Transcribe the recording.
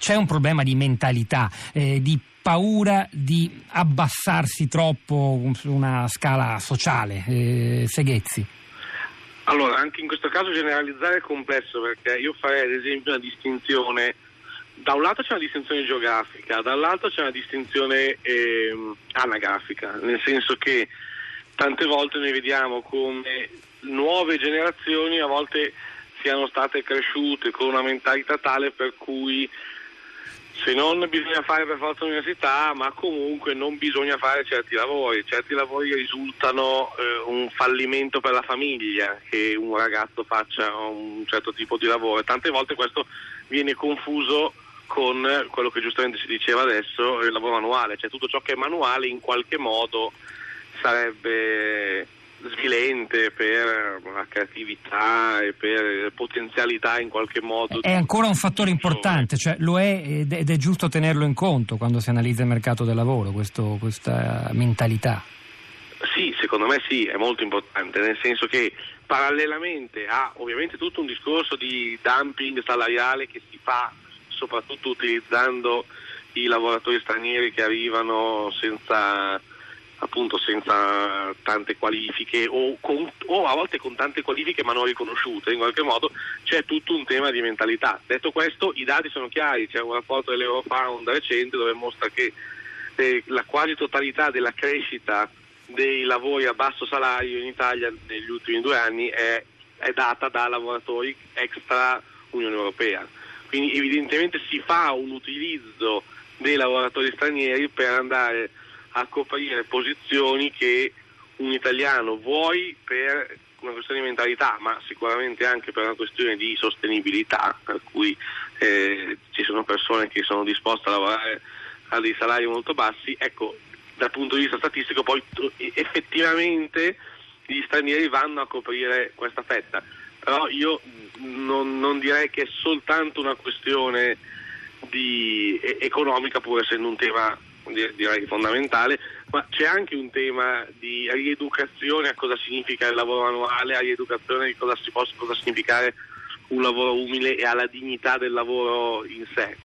c'è un problema di mentalità, di paura di abbassarsi troppo su una scala sociale, Seghezzi? Allora, anche in questo caso generalizzare è complesso, perché io farei ad esempio una distinzione. Da un lato c'è una distinzione geografica, dall'altro c'è una distinzione anagrafica, nel senso che tante volte noi vediamo come nuove generazioni a volte siano state cresciute con una mentalità tale per cui se non bisogna fare per forza l'università, ma comunque non bisogna fare certi lavori risultano un fallimento per la famiglia che un ragazzo faccia un certo tipo di lavoro, e tante volte questo viene confuso con quello che giustamente si diceva adesso, il lavoro manuale, cioè tutto ciò che è manuale in qualche modo sarebbe svilente per la creatività e per potenzialità in qualche modo. È ancora un fattore importante, cioè lo è ed è giusto tenerlo in conto quando si analizza il mercato del lavoro, questa mentalità. Sì, secondo me sì, è molto importante, nel senso che parallelamente a ovviamente tutto un discorso di dumping salariale che si fa soprattutto utilizzando i lavoratori stranieri che arrivano senza tante qualifiche o a volte con tante qualifiche ma non riconosciute in qualche modo, c'è tutto un tema di mentalità. Detto questo, i dati sono chiari, c'è un rapporto dell'Eurofound recente dove mostra che la quasi totalità della crescita dei lavori a basso salario in Italia negli ultimi 2 anni è data da lavoratori extra Unione Europea. Quindi evidentemente si fa un utilizzo dei lavoratori stranieri per andare a coprire posizioni che un italiano vuoi per una questione di mentalità, ma sicuramente anche per una questione di sostenibilità, per cui ci sono persone che sono disposte a lavorare a dei salari molto bassi. Ecco, dal punto di vista statistico poi effettivamente gli stranieri vanno a coprire questa fetta, però io non direi che è soltanto una questione economica, pur essendo un tema direi fondamentale, ma c'è anche un tema di rieducazione a cosa significa il lavoro manuale, a rieducazione di cosa significare un lavoro umile e alla dignità del lavoro in sé.